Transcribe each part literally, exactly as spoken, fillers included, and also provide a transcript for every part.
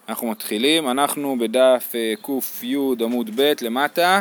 אנחנו מתחילים, אנחנו בדף ק"י עמוד ב' למטה,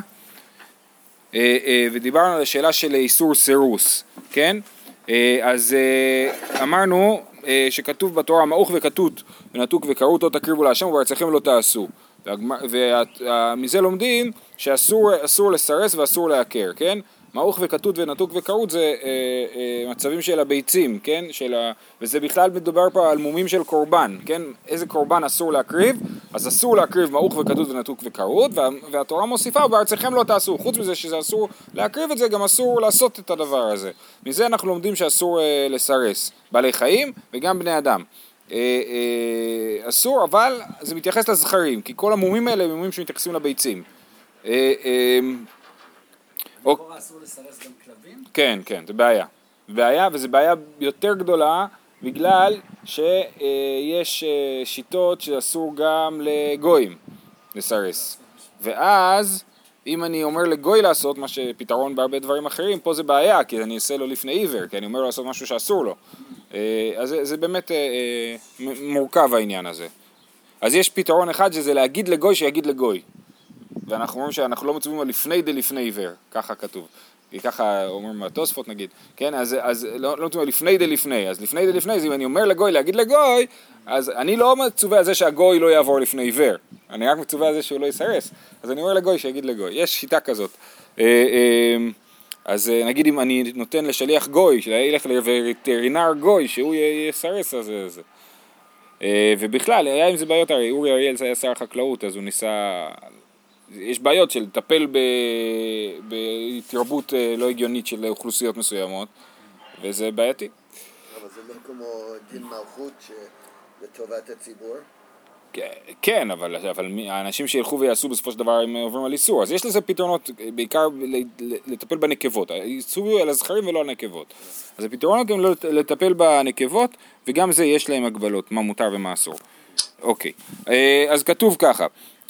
ודיברנו על השאלה של איסור סירוס, כן? אז אמרנו שכתוב בתורה מעוך וכתות ונתוק וכרות לא תקריבו להשם ובארצכם לא תעשו, ומזה לומדים שאסור לסרס ואסור לעקר, כן? מעוך וכתות ונתוק וכרות זה אה, אה, מצבים של הביצים, כן? של ה... וזה בכלל מדובר פה על מומים של קורבן, כן? איזה קורבן אסור להקריב? אז אסור להקריב מעוך וכתות ונתוק וכרות, וה... והתורה מוסיפה, ובארצכם לא תעשו. חוץ מזה שזה אסור להקריב את זה, גם אסור לעשות את הדבר הזה. מזה אנחנו לומדים שאסור אה, לסרס בעלי חיים וגם בני אדם. אה, אה, אסור, אבל זה מתייחס לזכרים, כי כל המומים האלה הם מומים שמתייחסים לביצים. אה, אה, לכאורה אסור לסרס גם כלבים? כן, כן, זה בעיה. בעיה, וזו בעיה יותר גדולה, בגלל שיש שיטות שאסור גם לגויים לסרס. ואז, אם אני אומר לגוי לעשות, מה שפתרון בהרבה דברים אחרים, פה זה בעיה, כי אני אעשה לו לפני עיוור, כי אני אומר לו לעשות משהו שאסור לו. אז זה, זה באמת מורכב העניין הזה. אז יש פתרון אחד, שזה להגיד לגוי שיגיד לגוי. ואנחנו אומרים שאנחנו לא מצווים על לפני די לפני עיוור, ככה כתוב. כי ככה אומרים מהתוספות נגיד, כן? אז, אז לא, לא מצווים על לפני די לפני, אז לפני די לפני, אז אם אני אומר לגוי להגיד לגוי, אז אני לא מצווה על זה שהגוי לא יעבור לפני עיוור, אני רק מצווה על זה שהוא לא יסרס, אז אני אומר לגוי שיגיד לגוי, יש שיטה כזאת. אז נגיד אם אני נותן לשליח גוי, שילך לווטרינר גוי, שהוא יסרס, אז זה. ובכלל, היה עם זה בעיות, הרי אורי אריאל היה שר החקלאות, אז הוא ניסה... יש בעיות של לטפל בהתרבות לא הגיונית של אוכלוסיות מסוימות, וזה בעייתי. אבל זה לא כמו דין מלכות לטובת הציבור? כן, אבל, אבל האנשים שילכו ויעשו בסופו של דבר הם עוברים על איסור, אז יש לזה פתרונות, בעיקר לטפל בנקבות, איסור על הזכרים ולא על נקבות. אז הפתרונות גם לטפל בנקבות, וגם זה יש להם הגבלות, מה מותר ומה אסור. אוקיי, אז כתוב ככה,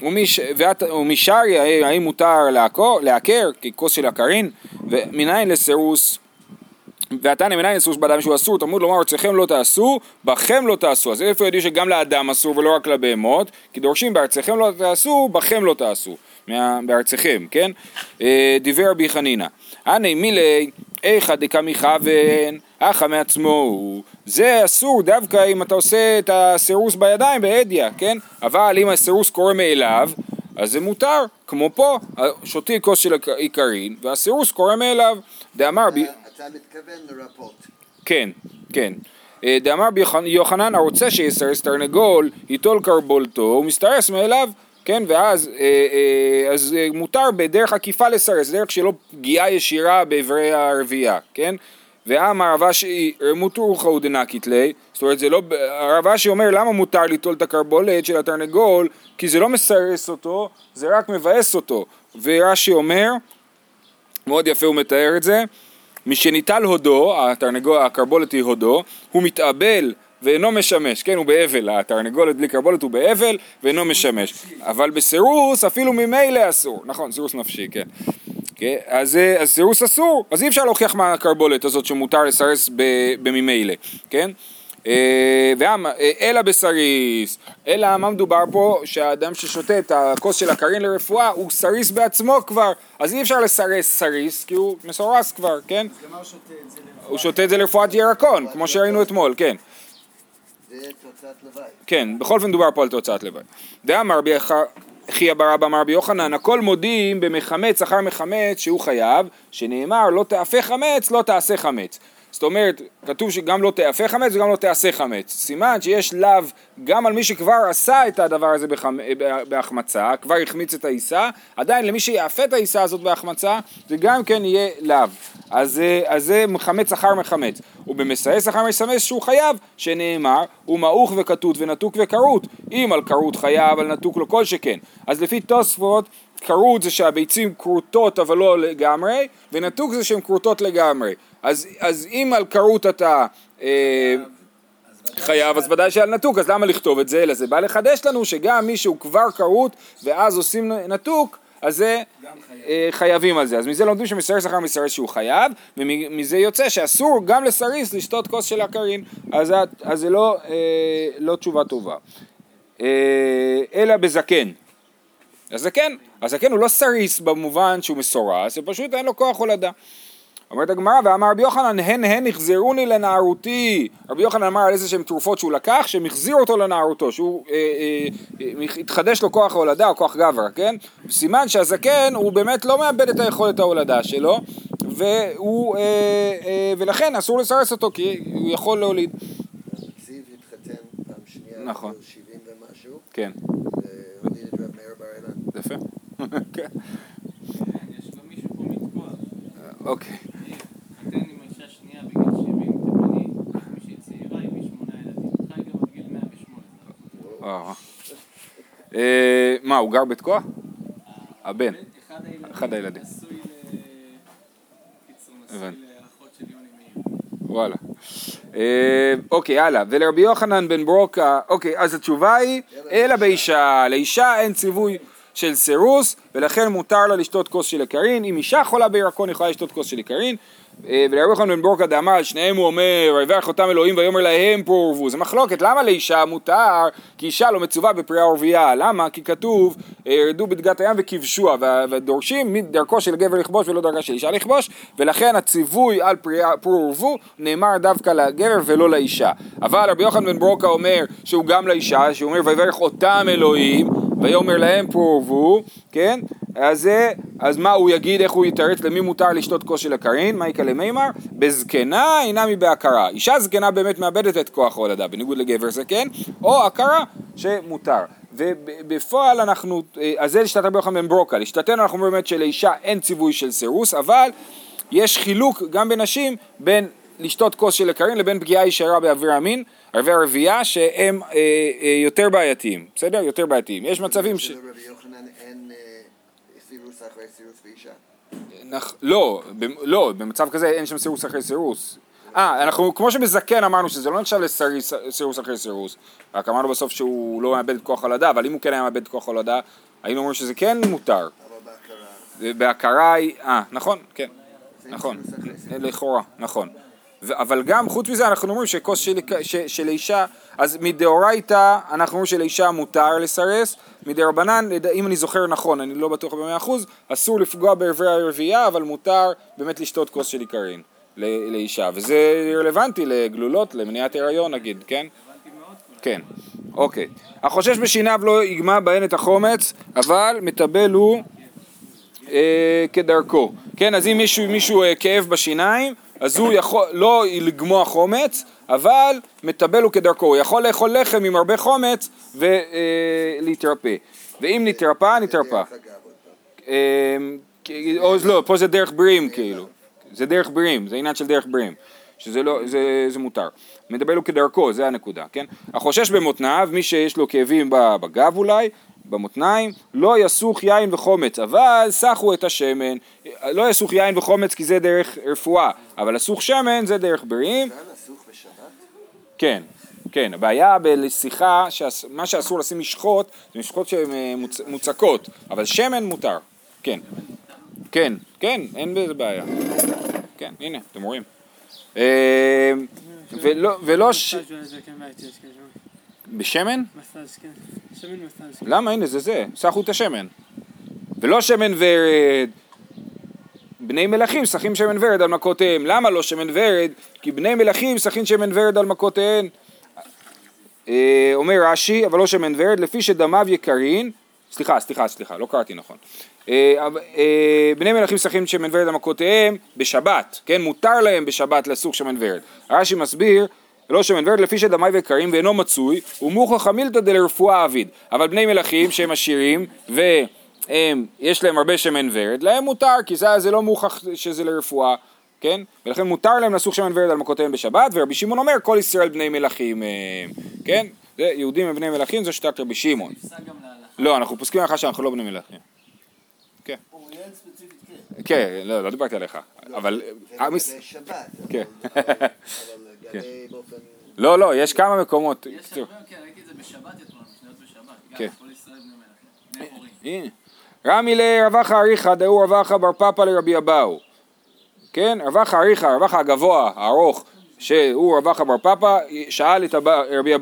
ומשארי, האם מותר לעקר, ככוס של עקרין, ומנין לסירוס, ועתני מנין לסירוס באדם שהוא אסור, תלמוד לומר, ארצכם לא תעשו, בכם לא תעשו. אז איפה יודעים שגם לאדם אסור ולא רק לבהמות, כי דורשים בארצכם לא תעשו, בכם לא תעשו, בארצכם, כן? דיבר רבי חנינא, הנה מילי, איכא דקמי כוון, אחא מעצמו הוא, זה אסור דווקא אם אתה עושה את הסירוס בידיים בהדיא, כן? אבל אם הסירוס קורה מאליו, אז זה מותר, כמו פה, שותי כוס של עיקרין, והסירוס קורה מאליו. דאמר ב... אתה מתכוון לרפות. כן, כן. דאמר ביוחנן, הרוצה שיסרס תרנגול, ייטול קרבולתו, הוא מסתרס מאליו, כן? ואז אז מותר בדרך עקיפה לסרס, דרך שלא פגיעה ישירה בעברי הרבייה, כן? ואמר רב אשי מותר חודנקית לי, זאת אומרת זה לא, הרב אשי אומר למה מותר ליטול את הקרבולת של התרנגול, כי זה לא מסרס אותו, זה רק מבאס אותו. ורש"י אומר, מאוד יפה הוא מתאר את זה, משניטל הודו, התרנגול, הקרבולת היא הודו, הוא מתאבל ואינו משמש, כן, הוא באבל, התרנגולת בלי קרבולת הוא באבל ואינו משמש, אבל בסירוס אפילו ממילא אסור, נכון, סירוס נפשי, כן. Okay, אז, אז סירוס אסור, אז אי אפשר להוכיח מהקרבולת הזאת שמותר לסרס בממילא, כן? אלא בסריס, אלא מה מדובר פה שהאדם ששותה את הכוס של הקרין לרפואה הוא סריס בעצמו כבר, אז אי אפשר לסרס סריס כי הוא מסורס כבר, כן? הוא שותה את זה לרפואת ירקון, כמו שראינו אתמול, כן. זה תוצאת לוואי. כן, בכל אופן מדובר פה על תוצאת לוואי. דאמר חייא בר אבא אמר ביוחנן, הכל מודים במחמץ אחר מחמץ שהוא חייב, שנאמר לא תאפה חמץ, לא תעשה חמץ. זאת אומרת, כתוב שגם לא תאפה חמץ וגם לא תעשה חמץ. סימן שיש לאו גם על מי שכבר עשה את הדבר הזה בחמ... בהחמצה, כבר החמיץ את העיסה, עדיין למי שיאפה את העיסה הזאת בהחמצה, זה גם כן יהיה לאו. אז, אז זה מחמץ אחר מחמץ. ובמסרס אחר מסמס שהוא חייב, שנאמר, הוא מעוך וכתות ונתוק וכרות. אם על כרות חייב, על נתוק לא כל שכן. אז לפי תוספות, כרות זה שהביצים כרותות אבל לא לגמרי, ונתוק זה שהן כרותות לגמרי. אז, אז אם על כרות אתה אה, חייב, אז ודאי שעל נתוק, אז למה לכתוב את זה? אלא זה בא לחדש לנו שגם מי שהוא כבר כרות ואז עושים נתוק, אז זה אה, חייבים על זה. אז מזה לומדים שמסרס אחר מסרס שהוא חייב, ומזה יוצא שאסור גם לסריס לשתות כוס של הקרין, אז, אז זה לא, אה, לא תשובה טובה. אלא בזקן. הזקן, הזקן הוא לא סריס במובן שהוא מסורס, זה פשוט אין לו כוח הולדה. אומרת הגמרא, ואמר רבי יוחנן, הן הן החזירוני לנערותי. רבי יוחנן אמר על איזה שהם תרופות שהוא לקח, שהם החזירו אותו לנערותו, שהוא אה, אה, אה, התחדש לו כוח ההולדה או כוח גבר, כן? סימן שהזקן הוא באמת לא מאבד את היכולת ההולדה שלו, והוא, אה, אה, ולכן אסור לסרס אותו, כי הוא יכול להוליד. זיו התחתן פעם שנייה, נכון. שבעים ומשהו, כן. והוליד את רב מאיר בר אילן. יפה. כן. יש לו מישהו פה מתקוע. אוקיי. חתן עם האישה שנייה בגיל שבעים, תימני, מישהי צעירה עם שמונה ילדים. חי גם עד גיל מאה ושמונה. אה, מה, הוא גר בתקוע? הבן. אחד הילדים. נשוי ל... קיצור, נשוי הבנתי. לאחות של יוני מאיר. וואלה. אה, אוקיי, הלאה. ולרבי יוחנן בן ברוקה, אוקיי, אז התשובה היא, אלא באישה, לאישה אין ציווי של סירוס, ולכן מותר לה לשתות כוס של יקרין. אם אישה חולה בירקון יכולה לשתות כוס של יקרין. ולרבי יוחנן בן ברוקה דאמר על שניהם הוא אומר, ויברך אותם אלוהים ויאמר להם פרו ורבו. זה מחלוקת, למה לאישה מותר? כי אישה לא מצווה בפרייה ורבייה. למה? כי כתוב, ירדו בדגת הים וכבשוה, ודורשים מדרכו של גבר לכבוש ולא דרכה של אישה לכבוש, ולכן הציווי על פרייה פרו ורבו נאמר דווקא לגבר ולא לאישה. אבל רבי יוחנן בן ברוקה אומר שהוא גם לאישה, שהוא אומר ויברך אותם אלוהים ויאמר להם פרו ורבו, כן? אז, אז מה הוא יגיד, איך הוא יתרץ, למי מותר לשתות כוס של יקרין? מה יקלה מימר? בזקנה אינה מבהכרה. אישה זקנה באמת מאבדת את כוח ההולדה, בניגוד לגבר זקן, או הכרה שמותר. ובפועל אנחנו, אז זה לשתת רבי יוחנן בן ברוקה, לשתתנו אנחנו אומרים באמת שלאישה אין ציווי של סירוס, אבל יש חילוק גם בנשים בין לשתות כוס של יקרין לבין פגיעה ישירה באוויר המין, ערבי הרבייה, שהם אה, אה, יותר בעייתיים, בסדר? יותר בעייתיים. יש מצבים ש... רבי יוחנן אין סירוס אחרי סירוס באישה. נח... לא, ב... לא, במצב כזה אין שם סירוס אחרי סירוס. אה, אנחנו, כמו שבזקן אמרנו שזה לא נחשב לסירוס אחרי סירוס, רק אמרנו בסוף שהוא לא מאבד את כוח הולדה, אבל אם הוא כן היה מאבד את כוח הולדה, היינו אומרים שזה כן מותר. אבל בהכרה. בהכרה היא, אה, נכון, כן, נכון, לכאורה, נכון. אבל גם חוץ מזה אנחנו אומרים שכוס של, ש, של אישה, אז מדאורייתא אנחנו אומרים שלאישה מותר לסרס, מדרבנן, אם אני זוכר נכון, אני לא בטוח במאה אחוז, אסור לפגוע בעברי הרבייה, אבל מותר באמת לשתות כוס של יקרין לאישה, וזה רלוונטי לגלולות, למניעת הריון נגיד, כן? כן, אוקיי. החושש בשיניו לא יגמע בהן את החומץ, אבל מטבל הוא אה, כדרכו. כן, אז אם מישהו, מישהו אה, כאב בשיניים, אז הוא יכול לא לגמוע חומץ, אבל מטבל הוא כדרכו. הוא יכול לאכול לחם עם הרבה חומץ ולהתרפא. ואם נתרפא, נתרפא. או לא, פה זה דרך בריאים כאילו. זה דרך בריאים, זה עניין של דרך בריאים. שזה לא, זה, זה מותר. מטבל הוא כדרכו, זה הנקודה, כן? החושש במותניו, מי שיש לו כאבים בגב אולי, במותניים, לא יסוך יין וחומץ, אבל סחו את השמן. לא יסוך יין וחומץ כי זה דרך רפואה, אבל לסוך שמן זה דרך בריאים. כאן לסוך בשבת? כן, כן. הבעיה בשיחה, מה שאסור לשים משחות, זה משחות שהן מוצ, מוצקות, אבל שמן מותר. כן, כן, כן, אין בזה בעיה. כן, הנה, אתם רואים. ולא, ולא ש... בשמן? מסאז' כן. שמן מסאז'. למה? הנה זה זה, סחו את השמן. ולא שמן ורד. בני מלכים שחים שמן ורד על מכותיהם. למה לא שמן ורד? כי בני מלכים שחים שמן ורד על מכותיהם. אה, אומר רש"י, אבל לא שמן ורד, לפי שדמיו יקרין. סליחה, סליחה, סליחה, לא קראתי נכון. אה, אה, בני מלכים שחים שמן ורד על מכותיהם בשבת. כן, מותר להם בשבת לסוך שמן ורד. רש"י מסביר, לא שמן ורד לפי שדמיו יקרים ואינו מצוי, הוא מוכח המילתא דלרפואה אביד. אבל בני מלכים שהם עשירים והם, יש להם הרבה שמן ורד, להם מותר, כי זה, זה לא מוכח שזה לרפואה, כן? ולכן מותר להם לסוך שמן ורד על מכותיהם בשבת, ורבי שמעון אומר, כל ישראל בני מלכים, כן? זה, יהודים הם בני מלכים, זו שיטת רבי שמעון. לא, אנחנו פוסקים לך שאנחנו לא בני מלכים. כן. אוריאל ספציפית כן. כן, לא, לא דיברתי עליך. אבל... זה שבת. כן. אבל גלי באופן... לא, לא, יש כמה מקומות. יש הרבה, כן, ראיתי את זה בשבת, אתמול, משניות בשבת. כן. גם כל ישראל בני מלכים. בני חורים. הנה. רמי לרווח האריכה, דאו רווח בר פפא לרבי אבאו. כן, רווח האריכה, רווח הגבוה, הארוך, שהוא רווח בר פפא, שאל את רבי אבאו.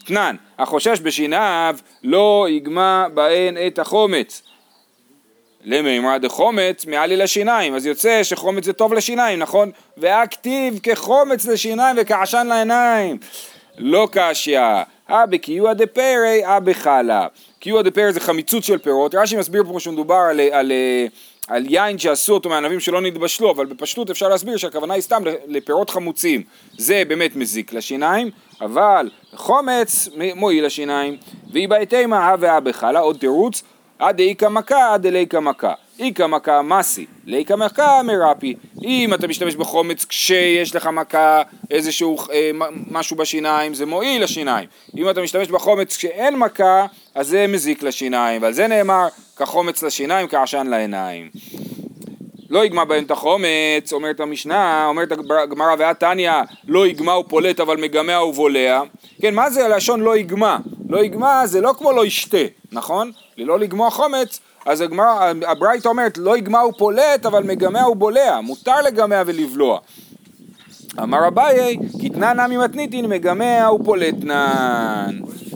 תנן, החושש בשיניו לא יגמע בהן את החומץ. למימרא דחומץ מעלי לשיניים, אז יוצא שחומץ זה טוב לשיניים, נכון? והכתיב כחומץ לשיניים וכעשן לעיניים. לא קשיא, אה בקיוע דפרי, אה בחלה. קיוע דפרי זה חמיצות של פירות, רש"י מסביר פה שמדובר על, על, על יין שעשו אותו מענבים שלא נתבשלו, אבל בפשטות אפשר להסביר שהכוונה היא סתם לפירות חמוצים. זה באמת מזיק לשיניים, אבל חומץ מועיל לשיניים. והיא בהתאמה, אה ואה בחלה, עוד תירוץ, עד איקה מכה, עד אליקה מכה. איקה מכה מסי, ליקה מכה מרפי. אם אתה משתמש בחומץ כשיש לך מכה, איזשהו אה, משהו בשיניים, זה מועיל לשיניים. אם אתה משתמש בחומץ כשאין מכה, אז זה מזיק לשיניים. ועל זה נאמר, כחומץ לשיניים, כעשן לעיניים. לא יגמע בהם את החומץ, אומרת המשנה, אומרת הגמרא והתניא, לא יגמע הוא פולט אבל מגמע הוא בולע. כן, מה זה הלשון לא יגמע? לא יגמע זה לא כמו לא ישתה, נכון? ללא לגמוע חומץ, אז הגמרא, הברייתא אומרת, לא יגמע הוא פולט אבל מגמע הוא בולע, מותר לגמע ולבלוע. אמר אביי, קטנן נמי מתניתין מגמע הוא פולטנן.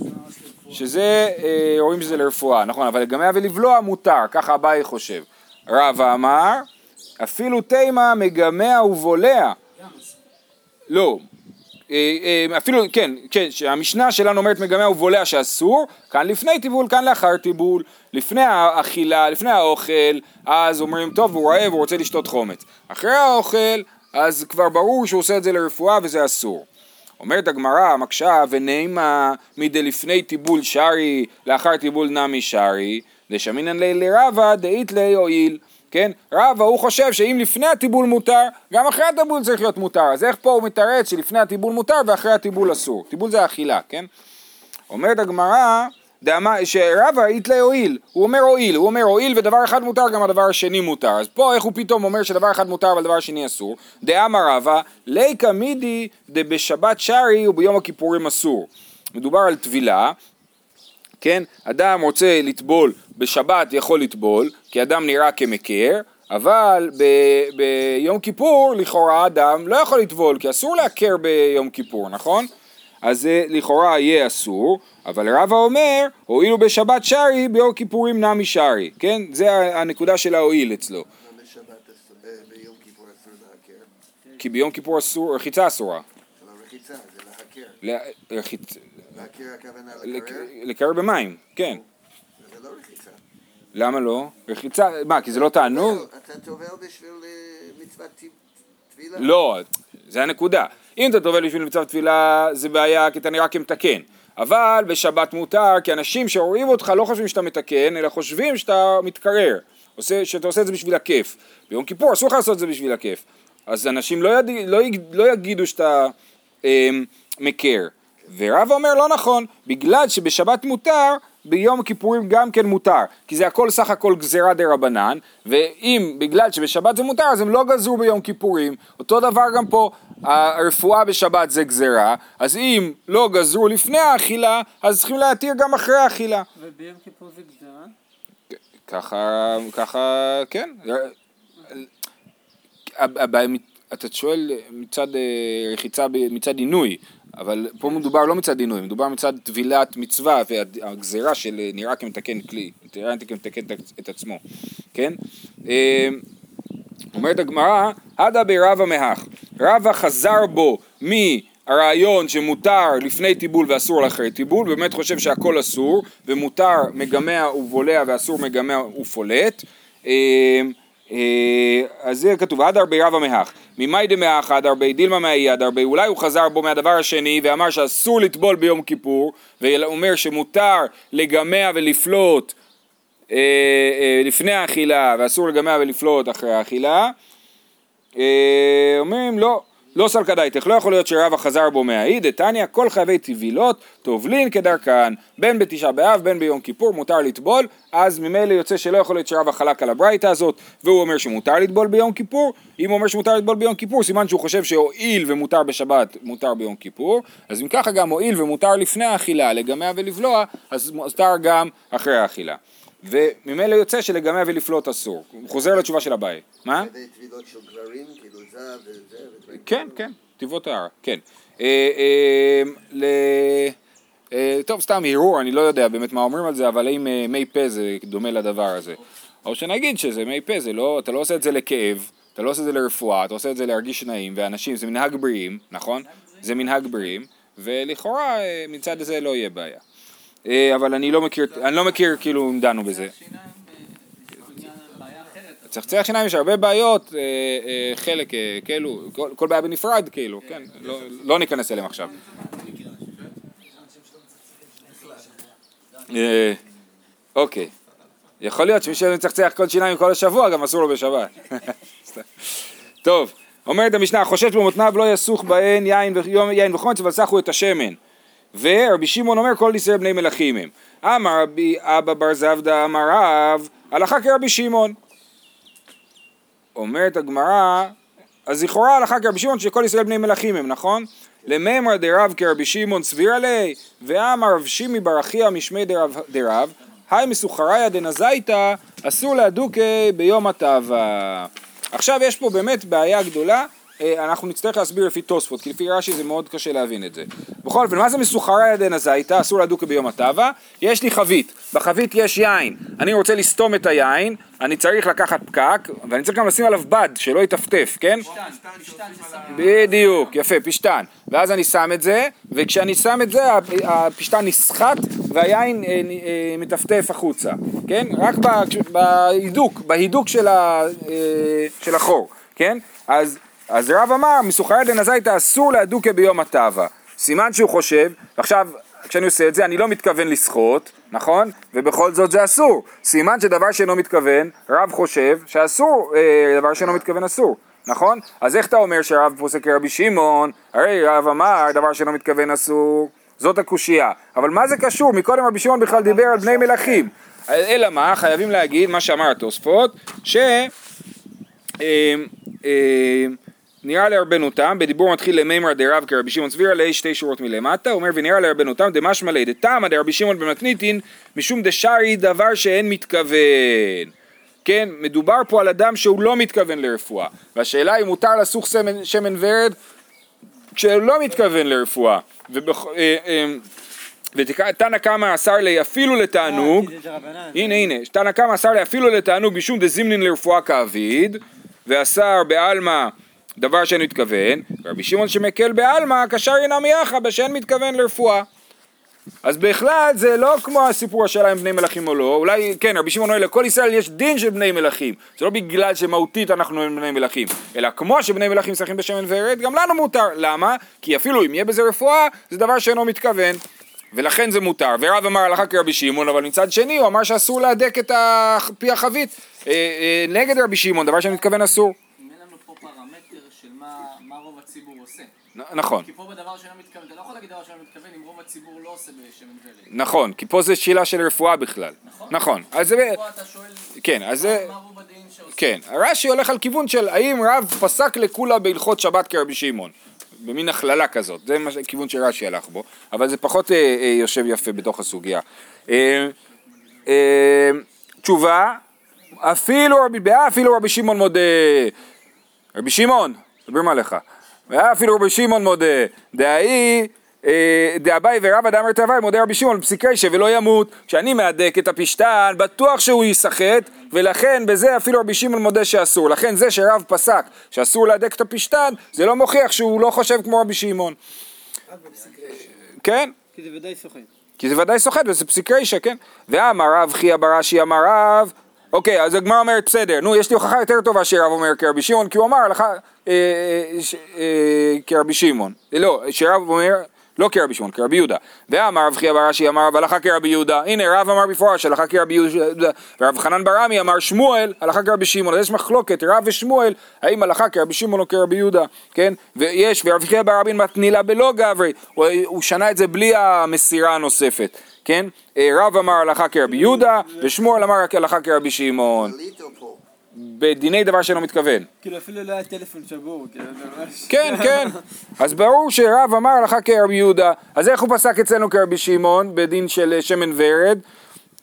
שזה, אה, רואים שזה לרפואה, נכון, אבל לגמע ולבלוע מותר, ככה אביי חושב. רבא אמר, אפילו תימה מגמע ובולע. לא, אפילו, כן, כן, שהמשנה שלנו אומרת מגמע ובולע שאסור, כאן לפני טיבול, כאן לאחר טיבול, לפני האכילה, לפני האוכל, אז אומרים, טוב, הוא רעב, הוא רוצה לשתות חומץ. אחרי האוכל, אז כבר ברור שהוא עושה את זה לרפואה וזה אסור. אומרת הגמרא, מקשה, ונעימה מדי לפני טיבול שרי, לאחר טיבול נמי שרי, דשמינן לי לרבא דאית לי יועיל, כן? רבא הוא חושב שאם לפני הטיבול מותר, גם אחרי הטיבול צריך להיות מותר, אז איך פה הוא מתרץ שלפני הטיבול מותר ואחרי הטיבול אסור? טיבול זה האכילה, כן? אומרת הגמרא, שרבא אית לי יועיל, הוא אומר הועיל, הוא אומר הועיל ודבר אחד מותר, גם הדבר השני מותר, אז פה איך הוא פתאום אומר שדבר אחד מותר אבל דבר השני אסור? דאמר רבא, ליקה מידי דבשבת שרי וביום הכיפורים אסור. מדובר על טבילה, כן? אדם רוצה לטבול בשבת יכול לטבול, כי אדם נראה כמקר, אבל ב- ביום כיפור לכאורה אדם לא יכול לטבול, כי אסור להקר ביום כיפור, נכון? אז זה לכאורה יהיה אסור, אבל רבא אומר, הועילו בשבת שרי, ביום כיפורים נמי שרי, כן? זה הנקודה של ההועיל אצלו. בשבת, ביום כיפור אסור להכר. כי ביום כיפור אסור, רחיצה אסורה. זה לא רחיצה, זה להכר. להכר להכר הכוונה לקרר? לקרר במים, כן. זה לא רחיצה. למה לא? רחיצה, מה, כי זה לא תענוג? אתה טובל בשביל מצוות טבילה? לא, זה הנקודה. אם אתה טובל בשביל מצוות טבילה, זה בעיה, כי אתה נראה כמתקן. אבל בשבת מותר, כי אנשים שרואים אותך לא חושבים שאתה מתקן, אלא חושבים שאתה מתקרר, שאתה עושה את זה בשביל הכיף. ביום כיפור אסור לך לעשות את זה בשביל הכיף. אז אנשים לא, יד... לא, יג... לא יגידו שאתה אה, מקר. ורב אומר לא נכון, בגלל שבשבת מותר, ביום כיפורים גם כן מותר, כי זה הכל סך הכל גזירה דה רבנן, ואם בגלל שבשבת זה מותר, אז הם לא גזרו ביום כיפורים, אותו דבר גם פה, הרפואה בשבת זה גזירה, אז אם לא גזרו לפני האכילה, אז צריכים להתיר גם אחרי האכילה. וביום כיפור זה גזירה? ככה, ככה, כן. אתה שואל מצד רחיצה, מצד עינוי, אבל פה מדובר לא מצד עינוי, מדובר מצד טבילת מצווה והגזירה של נראה כמתקן כלי, נראה כמתקן את עצמו, כן? אומרת הגמרא, הדה ברבא מהך, רבא חזר בו מהרעיון שמותר לפני טיבול ואסור לאחרי טיבול, באמת חושב שהכל אסור, ומותר מגמע ובולע ואסור מגמע ופולט, אז זה כתוב, עד הרבה רבא מהך, ממאי דמאח עד הרבה דילמה מאי עד הרבה, אולי הוא חזר בו מהדבר השני ואמר שאסור לטבול ביום כיפור, ואומר שמותר לגמע ולפלוט אה, אה, לפני האכילה ואסור לגמע ולפלוט אחרי האכילה, אה, אומרים לא, לא סלקדאיתך, לא יכול להיות שרבא חזר בו מהאי, דתניא כל חייבי טבילות טובלין כדרכן, בין בתשעה באב בין ביום כיפור מותר לטבול, אז ממילא יוצא שלא יכול להיות שרבא חלק על הברייתא הזאת, והוא אומר שמותר לטבול ביום כיפור, אם הוא אומר שמותר לטבול ביום כיפור, סימן שהוא חושב שהועיל ומותר בשבת, מותר ביום כיפור, אז אם ככה גם הועיל ומותר לפני האכילה, לגמע ולבלוע, אז מותר גם אחרי האכילה. וממילא יוצא שלגמע ולפלוט אסור. הוא חוזר לתשובה של אביי. מה? זה טבילות של גברים, כאילו זה וזה. כן, כן, טבעות הערה, כן. טוב, סתם הרהור, אני לא יודע באמת מה אומרים על זה, אבל אם מי פה זה דומה לדבר הזה. או שנגיד שזה מי פה, זה לא, אתה לא עושה את זה לכאב, אתה לא עושה את זה לרפואה, אתה עושה את זה להרגיש נעים, ואנשים, זה מנהג בריאים, נכון? זה מנהג בריאים, ולכאורה מצד הזה לא יהיה בעיה. אבל אני לא מכיר, אני לא מכיר כאילו אם דנו בזה. צחצח שיניים יש הרבה בעיות, חלק כאילו, כל בעיה בנפרד כאילו, כן, לא ניכנס אליהם עכשיו. אוקיי, יכול להיות שמי שמצחצח כל שיניים כל השבוע גם אסור לו בשבת. טוב, אומרת המשנה, חושש במותניו לא יסוך בהן יין וחומץ ולסחו את השמן. ורבי שמעון אומר כל ישראל בני מלכים הם. אמר רבי אבא בר זבדא אמר רב, הלכה כרבי שמעון. אומרת הגמרא, אז לכאורה הלכה כרבי שמעון שכל ישראל בני מלכים הם, נכון? לממר דרב כרבי שמעון סביר עלי, ואמר רב שימי בר אחיה משמי דרב, דרב היי מסוחריה דנזייתא אסור להדוקי ביום התאווה. עכשיו יש פה באמת בעיה גדולה, אנחנו נצטרך להסביר לפי תוספות, כי לפי רש"י זה מאוד קשה להבין את זה. בכל אופן, מה זה מסוחריה דנזייתא אסור להדוקי ביום התאווה? יש לי חבית, בחבית יש יין, אני רוצה לסתום את היין, אני צריך לקחת פקק, ואני צריך גם לשים עליו בד, שלא יטפטף, כן? בדיוק, יפה, פשטן. ואז אני שם את זה, וכשאני שם את זה, הפשטן נסחט, והיין מטפטף החוצה, כן? רק בהידוק, בהידוק של החור, כן? אז, אז רב אמר, מסוחריה דנזייתא אסור להדוקי ביום התאווה. סימן שהוא חושב, עכשיו, כשאני עושה את זה, אני לא מתכוון לסחוט, נכון? ובכל זאת זה אסור. סימן שדבר שאינו מתכוון, רב חושב שאסור, אה, דבר שאינו מתכוון אסור, נכון? אז איך אתה אומר שרב פוסק כרבי שמעון? הרי רב אמר, דבר שאינו מתכוון אסור, זאת הקושייה. אבל מה זה קשור? מקודם רבי שמעון בכלל דיבר על בני מלכים. אלא מה? חייבים להגיד מה שאמר התוספות, ש... אה, אה, נראה לרבנותם, בדיבור מתחיל למימר דרב כרבי שמעון סביר עלי שתי שורות מלמטה, אומר ונראה לרבנותם דמשמע ליה דתמא דרבי שמעון במתניתין משום דשארי דבר שאין מתכוון. כן, מדובר פה על אדם שהוא לא מתכוון לרפואה, והשאלה אם מותר לסוך שמן, שמן ורד כשהוא לא מתכוון לרפואה. ובח... ותנא קמא אסר לי אפילו לתענוג, הנה הנה, תנא קמא אסר לי אפילו לתענוג משום דזימנין לרפואה כאביד, ואסר בעלמא דבר שאין מתכוון, רבי שמעון שמקל בעלמא, קשר ינם יחא בשאין מתכוון לרפואה. אז בכלל זה לא כמו הסיפור השאלה עם בני מלכים או לא, אולי כן, רבי שמעון אומר לכל ישראל יש דין של בני מלכים, זה לא בגלל שמהותית אנחנו עם בני מלכים, אלא כמו שבני מלכים משחקים בשמן ורד, גם לנו מותר. למה? כי אפילו אם יהיה בזה רפואה, זה דבר שאינו מתכוון, ולכן זה מותר. ורב אמר הלכה כרבי שמעון, אבל מצד שני הוא אמר שאסור להדק את פי החבית, נגד רבי שמעון, דבר שמתכוון אסור. מה רוב הציבור עושה. נכון. כי פה בדבר שאינו מתכוון, אתה לא יכול להגיד דבר שאינו מתכוון אם רוב הציבור לא עושה בשמן ורד. נכון, כי פה זה שאלה של רפואה בכלל. נכון. נכון. אז זה... פה אתה שואל... כן, אז זה... מה רוב הדין שעושה? כן, הרש"י הולך על כיוון של האם רב פסק לכולה בהלכות שבת כרבי שמעון. במין הכללה כזאת, זה כיוון שרש"י הלך בו, אבל זה פחות אה, אה, יושב יפה בתוך הסוגיה. אה, אה, תשובה, אפילו רבי, אפילו רבי שמעון מודה, רבי שמעון, דבר מה לך, אפילו רבי שמעון מודה, דהי, דאביי ורבא דאמר תוואי מודה רבי שמעון פסיקי שלא ימות, כשאני מהדק את הפשטן, בטוח שהוא ייסחט, ולכן בזה אפילו רבי שמעון מודה שאסור, לכן זה שרב פסק שאסור להדק את הפשטן, זה לא מוכיח שהוא לא חושב כמו רבי שמעון. כן? כי זה ודאי סוחט. כי זה ודאי סוחט, וזה פסיקי שכן. ואמר רב חייא ברש"י אמר רב, אוקיי, אז הגמרא אומרת בסדר, נו יש לי הוכחה יותר טובה שרב אומר כרבי שמעון, כי הוא אמר לך כרבי שמעון, לא, שרב אומר לא כרבי שמעון, כרבי יהודה. ואמר רב חייא ברש"י אמר והלכה כרבי יהודה, הנה רב אמר בפורש הלכה כרבי יהודה, ורב חנן בר עמי אמר שמואל הלכה כרבי שמעון. אז יש מחלוקת רב ושמואל האם הלכה כרבי שמעון או כרבי יהודה, כן? ויש ורב חייא בר רבין מתנילה בלא גברי, הוא, הוא שנה את זה בלי המסירה הנוספת, כן? רב אמר הלכה כרבי יהודה ושמואל אמר הלכה כרבי שמעון. בדיני דבר שאינו מתכוון. כאילו אפילו לא היה טלפון שבור. כן, כן. אז ברור שרב אמר הלכה כרבי יהודה, אז איך הוא פסק אצלנו כרבי שמעון בדין של שמן ורד?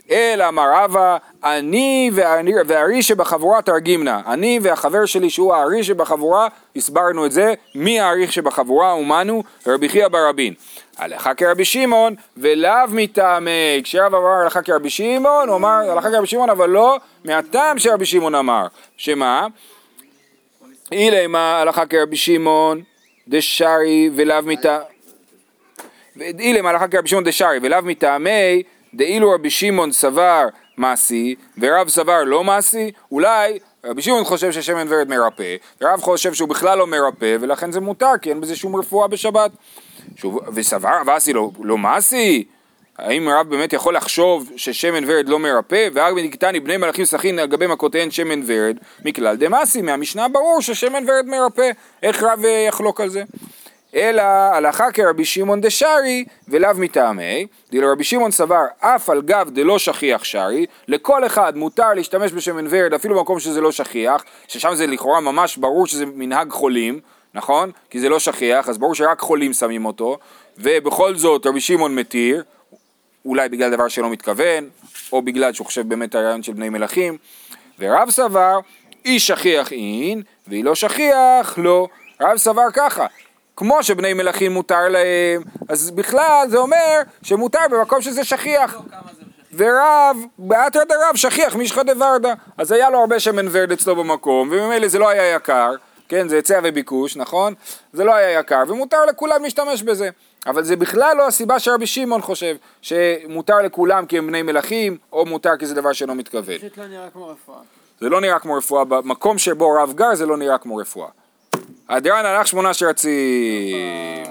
אלא אמר רבא, אני והארי שבחבורה תרגימנה, אני והחבר שלי שהוא הארי שבחבורה, הסברנו את זה, מי הארי שבחבורה ומנו, רבי חייא בר רבין. הלכה כרבי שמעון ולאו מטעמי, כשרב אמר הלכה כרבי שמעון, הוא אמר הלכה כרבי שמעון אבל לא מהטעם שרבי שמעון אמר, שמה? אילי מה הלכה כרבי שמעון דשארי ולאו מטעמי, אילי מה הלכה כרבי שמעון דשארי ולאו מטעמי, דאילו רבי שמעון סבר מעשי ורב סבר לא מעשי, אולי רבי שמעון חושב ששמן ורד מרפא ורב חושב שהוא בכלל לא מרפא ולכן זה מותר כי אין בזה שום רפואה בשבת. שוב, וסבר ועשי לא, לא מעשי, האם רב באמת יכול לחשוב ששמן ורד לא מרפא? והרב נקטני בני מלאכים סכין על גבי מכותיהן שמן ורד מכלל דמעשי, מהמשנה ברור ששמן ורד מרפא, איך רב יחלוק על זה? אלא הלכה כרבי שמעון דשארי ולאו מטעמי, דילו רבי שמעון סבר אף על גב דלא שכיח שרי, לכל אחד מותר להשתמש בשמן ורד אפילו במקום שזה לא שכיח, ששם זה לכאורה ממש ברור שזה מנהג חולים, נכון? כי זה לא שכיח, אז ברור שרק חולים שמים אותו, ובכל זאת רבי שמעון מתיר, אולי בגלל דבר שלא מתכוון, או בגלל שהוא חושב באמת הרעיון של בני מלכים, ורב סבר אי שכיח אין, ואי לא שכיח לא, רב סבר ככה, כמו שבני מלכים מותר להם, אז בכלל זה אומר שמותר במקום שזה שכיח. ורב, באתר דרב שכיח מישחא דוורדא, אז היה לו הרבה שמן ורד אצלו במקום, וממילא זה לא היה יקר, כן, זה היצע וביקוש, נכון? זה לא היה יקר, ומותר לכולם להשתמש בזה. אבל זה בכלל לא הסיבה שרבי שמעון חושב, שמותר לכולם כי הם בני מלכים, או מותר כי זה דבר שלא מתכוון. פשוט לא נראה כמו רפואה. זה לא נראה כמו רפואה, במקום שבו רב גר זה לא נראה כמו רפואה. אדרן הלך שמונה שרצים.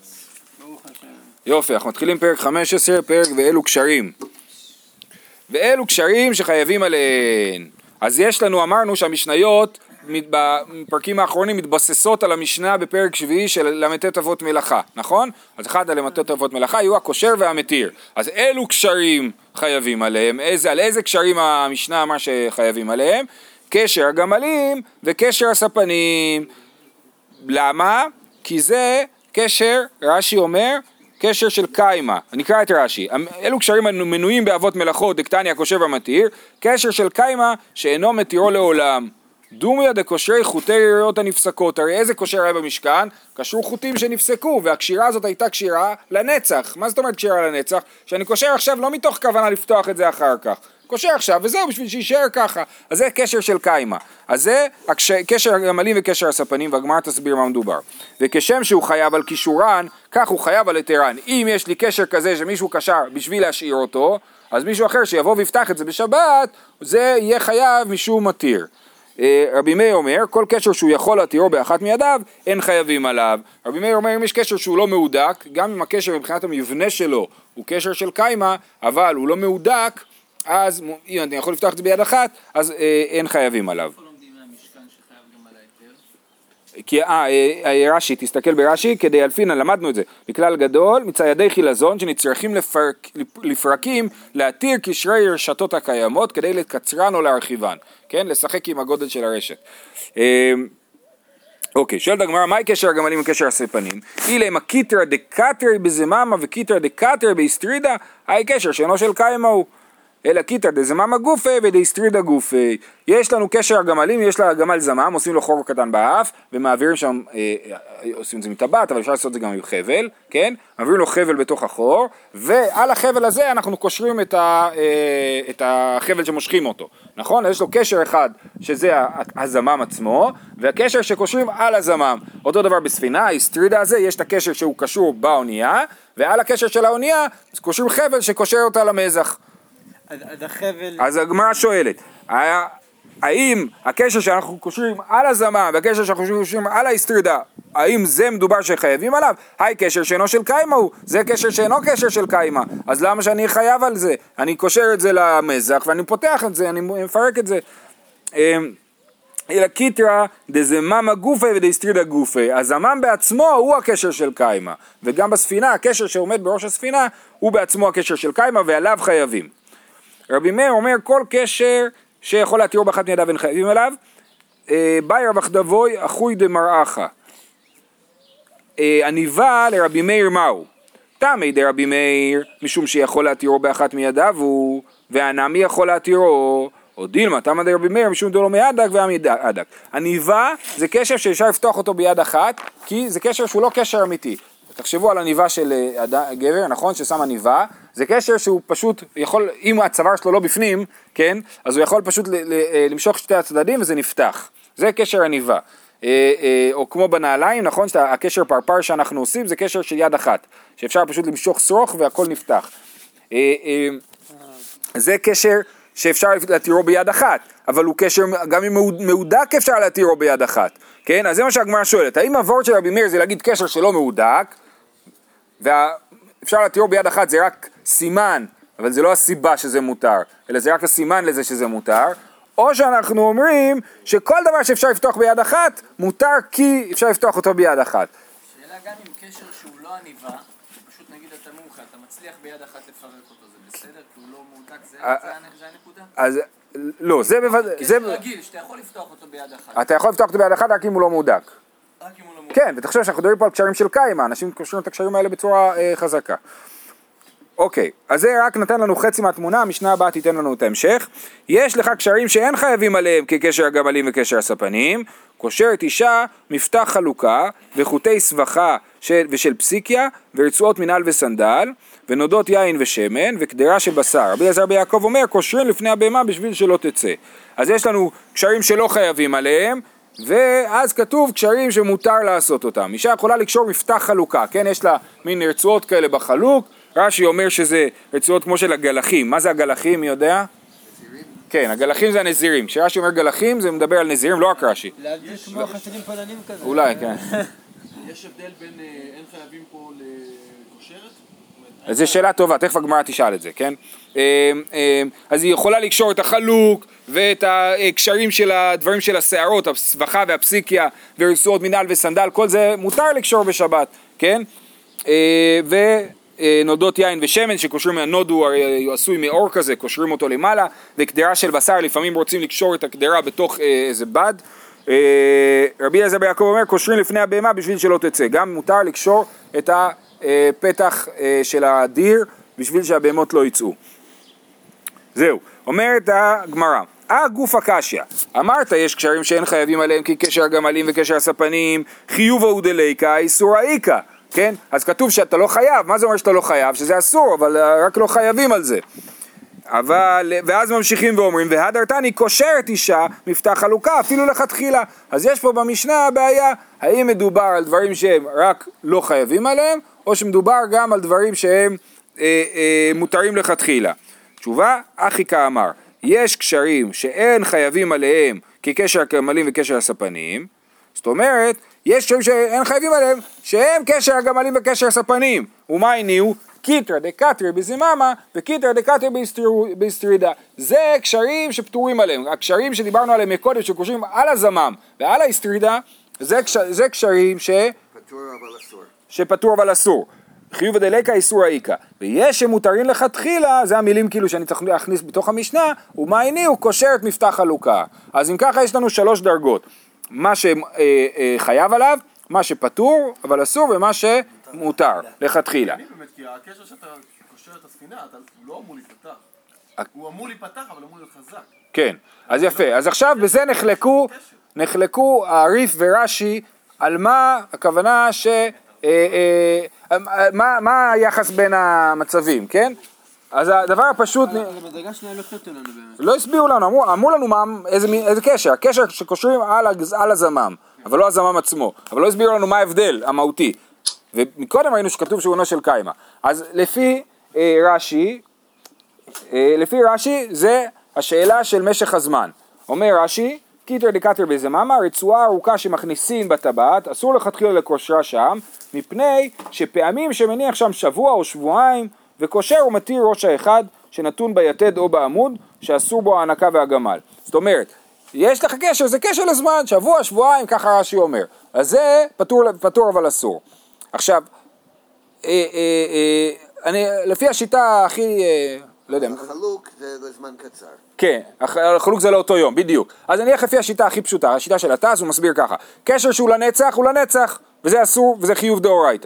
יופי, אנחנו מתחילים פרק חמש עשרה, פרק ואלו קשרים. ואלו קשרים שחייבים עליהן. אז יש לנו, אמרנו שהמשניות בפרקים האחרונים מתבססות על המשנה בפרק שביעי של למתת אבות מלאכה, נכון? אז אחד על למתת אבות מלאכה יהיו הקושר והמתיר. אז אלו קשרים חייבים עליהם, איזה, על איזה קשרים המשנה אמר שחייבים עליהם? קשר הגמלים וקשר הספנים. למה? כי זה קשר, רש"י אומר, קשר של קיימה. נקרא את רש"י. אלו קשרים מנויים באבות מלאכות, דקטניה הקושר והמתיר, קשר של קיימה שאינו מתירו לעולם. דומיה דקושרי חוטי יריות הנפסקות. הרי איזה קושר היה במשכן? קשרו חוטים שנפסקו, והקשירה הזאת הייתה קשירה לנצח. מה זאת אומרת קשירה לנצח? שאני קושר עכשיו לא מתוך כוונה לפתוח את זה אחר כך. קושר עכשיו, וזהו בשביל שישאר ככה. אז זה קשר של קיימה. אז זה קשר הגמלים וקשר הספנים, והגמרא תסביר מה מדובר. וכשם שהוא חייב על קישורן, כך הוא חייב על היתרן. אם יש לי קשר כזה שמישהו קשר בשביל להשאיר אותו, אז מישהו אחר שיבוא ויפתח את זה בשבת, זה יהיה חייב משום מתיר. רבי מאיר אומר, כל קשר שהוא יכול להתירו באחת מידיו, אין חייבים עליו. רבי מאיר אומר, אם יש קשר שהוא לא מהודק, גם אם הקשר מבחינת המבנה שלו הוא קשר של קיימה, אבל הוא לא מהודק, אז אם אני יכול לפתוח את זה ביד אחת, אז אה, אין חייבים עליו. איפה לומדים מהמשכן שחייב גם על ההיתר? כי אה, אה, רש"י, תסתכל ברש"י, כדי אלפינא, למדנו את זה, בכלל גדול, מציידי חילזון שנצרכים לפרק, לפרקים, להתיר קשרי רשתות הקיימות, כדי לקצרן או להרחיבן, כן? לשחק עם הגודל של הרשת. אה, אוקיי, שואלת הגמרא, מהי קשר הגמלים וקשר הספנים? אילה אם הקיטרא דקטרי בזממה וקיטרא דקטרי באסטרידה, היי קשר שאינו של קיימה הוא. אלא קיטרא דזממה גופי ודאסטרידה גופי. יש לנו קשר הגמלים, יש לה גמל זמם, עושים לו חור קטן באף, ומעבירים שם, אה, עושים את זה מטבעת, אבל אפשר לעשות את זה גם עם חבל, כן? מעבירים לו חבל בתוך החור, ועל החבל הזה אנחנו קושרים את, ה, אה, את החבל שמושכים אותו, נכון? יש לו קשר אחד, שזה הזמם עצמו, והקשר שקושרים על הזמם. אותו דבר בספינה, האסטרידה הזה, יש את הקשר שהוא קשור באונייה, ועל הקשר של האונייה, קושרים חבל שקושר אותה למזח. אז החבל... אז הגמרא שואלת, האם הקשר שאנחנו קושרים על הזמם והקשר שאנחנו קושרים על האסטרידה, האם זה מדובר שחייבים עליו? היי, קשר שאינו של קיימה הוא, זה קשר שאינו קשר של קיימה, אז למה שאני חייב על זה? אני קושר את זה למזח ואני פותח את זה, אני מפרק את זה. אלא קיטרא דזממה גופי ודאסטרידה גופי. הזמם בעצמו הוא הקשר של קיימה, וגם בספינה, הקשר שעומד בראש הספינה הוא בעצמו הקשר של קיימה ועליו חייבים. רבי מאיר אומר כל קשר שיכול להתירו באחת מידיו אין חייבים עליו. ביי רבך דבוי אחוי דמרעך. עניבה לרבי מאיר מהו? תמי דרבי מאיר, משום שיכול להתירו באחת מידיו הוא, והנמי יכול להתירו, או דילמה, תמי דרבי מאיר, משום דלא מידק והמידק. הניבה זה קשר שאפשר לפתוח אותו ביד אחת, כי זה קשר שהוא לא קשר אמיתי. תחשבו על הניבה של גבר, נכון, ששם הניבה, זה קשר שהוא פשוט יכול, אם הצוואר שלו לא בפנים, כן, אז הוא יכול פשוט ל- ל- למשוך שתי הצדדים וזה נפתח. זה קשר הניבה. או כמו בנעליים, נכון, הקשר פרפר שאנחנו עושים זה קשר של יד אחת, שאפשר פשוט למשוך שרוך והכל נפתח. זה קשר שאפשר להתירו ביד אחת, אבל הוא קשר, גם אם מהודק אפשר להתירו ביד אחת, כן? אז זה מה שהגמרא שואלת, האם הוורד של רבי מאיר זה להגיד קשר שלא מהודק, ואפשר להתירו ביד אחת זה רק סימן, אבל זה לא הסיבה שזה מותר, אלא זה רק הסימן לזה שזה מותר, או שאנחנו אומרים שכל דבר שאפשר לפתוח ביד אחת, מותר כי אפשר לפתוח אותו ביד אחת. שאלה גם עם קשר שהוא לא עניבה, פשוט נגיד אתה מומחה, אתה מצליח ביד אחת לפרק אותו, זה בסדר? כי הוא לא מהודק, זה הנקודה? אז לא, זה בוודאי... קשר רגיל, שאתה יכול לפתוח אותו ביד אחת. אתה יכול לפתוח אותו ביד אחת רק אם הוא לא מהודק. רק אם הוא לא מהודק. כן, ותחשוב שאנחנו מדברים פה על קשרים של קיימה, אנשים קושרים את הקשרים האלה בצורה אה, חזקה. אוקיי, אז זה רק נתן לנו חצי מהתמונה, המשנה הבאה תיתן לנו את ההמשך. יש לך קשרים שאין חייבים עליהם כקשר הגמלים וקשר הספנים, קושרת אישה, מפתח חלוקה, וחוטי סבכה של, ושל פסיקיה, ורצועות מנהל וסנדל, ונודות יין ושמן, וקדרה של בשר. רבי אליעזר ביעקב אומר, קושרים לפני הבהמה בשביל שלא תצא. אז יש לנו קשרים שלא חייבים עליהם, ואז כתוב קשרים שמותר לעשות אותם. אישה יכולה לקשור מפתח חלוקה, כן? יש לה מין רצועות כאלה בחלוק, רש"י אומר שזה רצועות כמו של הגלחים. מה זה הגלחים, מי יודע? נזירים? כן, הגלחים זה הנזירים. כשרש"י אומר גלחים זה מדבר על נזירים, לא רק רש"י. להבדיל כמו חסידים פולנים כזה. אולי, כן. יש הבדל בין אין חייבים פה לקושרת? אז זו שאלה טובה, תכף הגמרא תשאל את זה, כן? אז היא יכולה לקשור את החלוק ואת הקשרים של הדברים של השערות, הסבכה והפסיקיה ורצועות מנהל וסנדל, כל זה מותר לקשור בשבת, כן? ו... נודות יין ושמן שקושרים מהנוד הוא עשוי מאור כזה, קושרים אותו למעלה, וקדרה של בשר, לפעמים רוצים לקשור את הקדרה בתוך איזה בד. רבי אליעזר ביעקב אומר, קושרים לפני הבהמה בשביל שלא תצא, גם מותר לקשור את הפתח של הדיר בשביל שהבהמות לא יצאו. זהו, אומרת הגמרא, אה גוף הקשיא, אמרת יש קשרים שאין חייבים עליהם כי קשר הגמלים וקשר הספנים, חיוב האודליקה, איסור האיקה, כן? אז כתוב שאתה לא חייב, מה זה אומר שאתה לא חייב? שזה אסור, אבל רק לא חייבים על זה. אבל, ואז ממשיכים ואומרים, והדרתני קושרת אישה מפתח חלוקה, אפילו לכתחילה. אז יש פה במשנה הבעיה, האם מדובר על דברים שהם רק לא חייבים עליהם, או שמדובר גם על דברים שהם אה, אה, מותרים לכתחילה. תשובה, אחי כאמר, יש קשרים שאין חייבים עליהם כקשר הגמלים וקשר הספנים, זאת אומרת, יש קשרים שאין חייבים עליהם, שהם קשר הגמלים וקשר הספנים. ומה הניעו? קיטרא דקטרא בזממה וקיטרא דקטרא באסטרידה. זה קשרים שפטורים עליהם. הקשרים שדיברנו עליהם מקודם, שקושרים על הזמם ועל האסטרידה, זה, קשר, זה קשרים ש... פטור אבל אסור. שפטור אבל אסור. חיוב דליקה איסור האיקה. ויש שמותרים לכתחילה, זה המילים כאילו שאני צריך להכניס בתוך המשנה, ומה הניעו? קושרת מפתח חלוקה. אז אם ככה יש לנו שלוש דרגות. מה שחייב עליו, מה שפטור, אבל אסור, ומה שמותר, לכתחילה. אני באמת, כי הקשר שאתה קושר את הספינה, הוא לא אמור להיפתח. הוא אמור להיפתח, אבל אמור להיות חזק. כן, אז יפה. אז עכשיו בזה נחלקו, נחלקו הריף ורש"י, על מה הכוונה ש... מה היחס בין המצבים, כן? אז הדבר הפשוט... בדרגה שנייה לא כתבתם לנו באמת. לא הסבירו לנו, אמרו, אמרו לנו מה, איזה, איזה קשר, הקשר שקושרים על, על הזמם, אבל לא הזמם עצמו, אבל לא הסבירו לנו מה ההבדל המהותי. ומקודם ראינו שכתוב שהוא עונו של קיימה. אז לפי אה, רש"י, אה, לפי רש"י זה השאלה של משך הזמן. אומר רש"י, קיטר דקטר בזממה, רצועה ארוכה שמכניסים בטבעת, אסור לכתחילה לקושרה שם, מפני שפעמים שמניח שם שבוע או שבועיים, וקושר ומתיר ראש האחד שנתון ביתד או בעמוד, שאסור בו ההנקה והגמל. זאת אומרת, יש לך קשר, זה קשר לזמן, שבוע, שבועיים, ככה רש"י אומר. אז זה פטור, פטור אבל אסור. עכשיו, אה, אה, אה, אני, לפי השיטה הכי, אה, לא יודע. החלוק זה לזמן קצר. כן, החלוק זה לאותו יום, בדיוק. אז אני אלך לפי השיטה הכי פשוטה, השיטה של הטס, הוא מסביר ככה. קשר שהוא לנצח, הוא לנצח, וזה אסור, וזה חיוב דאורייתא.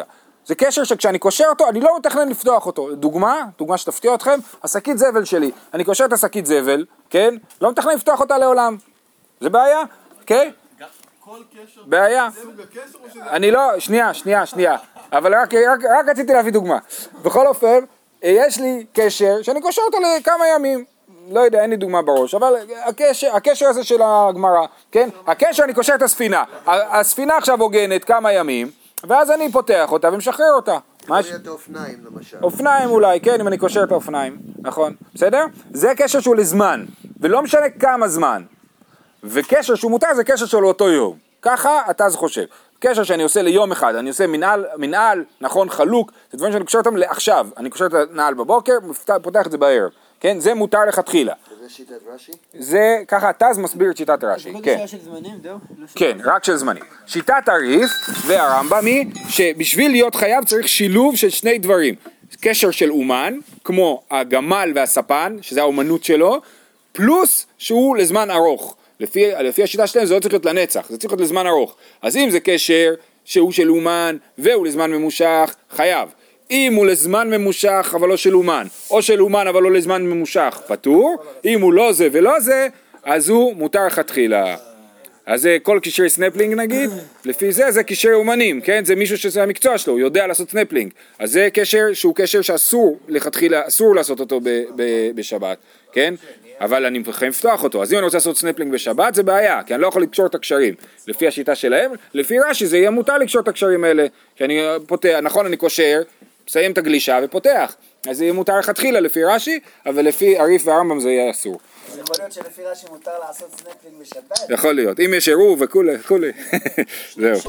זה קשר שכשאני קושר אותו, אני לא מתכנן לפתוח אותו. דוגמה, דוגמה שתפתיע אתכם, השקית זבל שלי. אני קושר את השקית זבל, כן? לא מתכנן לפתוח אותה לעולם. זה בעיה, כן? כל קשר... בעיה. סוג הקשר או שזה... אני לא, שנייה, שנייה, שנייה. אבל רק, רק, רק רציתי להביא דוגמה. בכל אופן, יש לי קשר שאני קושר אותו לכמה ימים. לא יודע, אין לי דוגמה בראש, אבל הקשר, הקשר הזה של הגמרא, כן? הקשר, אני קושר את הספינה. הספינה עכשיו הוגנת כמה ימים, ואז אני פותח אותה ומשחרר אותה. יכול להיות אופניים למשל. אופניים אולי, כן, אם אני קושר את האופניים, נכון? בסדר? זה קשר שהוא לזמן, ולא משנה כמה זמן. וקשר שהוא מותר זה קשר שלו אותו יום. ככה אתה אז חושב. קשר שאני עושה ליום אחד, אני עושה מנהל, מנהל, נכון, חלוק, זה דברים שאני קושר אותם לעכשיו. אני קושר את הנעל בבוקר, פותח את זה בערב. כן? זה מותר לכתחילה. וזה שיטת רש"י? זה, ככה התז מסביר את שיטת רש"י. זה כן. שאלה של זמנים, זהו? כן, רק של זמנים. שיטת הריף והרמב"ם היא שבשביל להיות חייב צריך שילוב של שני דברים. קשר של אומן, כמו הגמל והספן, שזה האומנות שלו, פלוס שהוא לזמן ארוך. לפי, לפי השיטה שלהם זה לא צריך להיות לנצח, זה צריך להיות לזמן ארוך. אז אם זה קשר שהוא של אומן והוא לזמן ממושך, חייב. אם הוא לזמן ממושך אבל לא של אומן, או של אומן אבל לא לזמן ממושך, פטור. אם הוא לא זה ולא זה, אז הוא מותר לכתחילה. אז זה כל קשרי סנפלינג נגיד, לפי זה זה קשרי אומנים, כן? זה מישהו שזה המקצוע שלו, הוא יודע לעשות סנפלינג. אז זה קשר שהוא קשר שאסור לכתחילה, אסור לעשות אותו ב- ב- בשבת, כן? אבל אני יכול לפתוח אותו. אז אם אני רוצה לעשות סנפלינג בשבת זה בעיה, כי אני לא יכול לקשור את הקשרים. לפי השיטה שלהם, לפי רש"י זה יהיה מותר לקשור את הקשרים האלה. כי אני פותח, נכון אני קושר, מסיים את הגלישה ופותח. אז זה יהיה מותר לכתחילה לפי רש"י, אבל לפי הריף והרמב"ם זה יהיה אסור. אז יכול להיות שלפי רש"י מותר לעשות סנפלינג בשבת? יכול להיות, אם יש עירוב וכולי, כולי. זהו.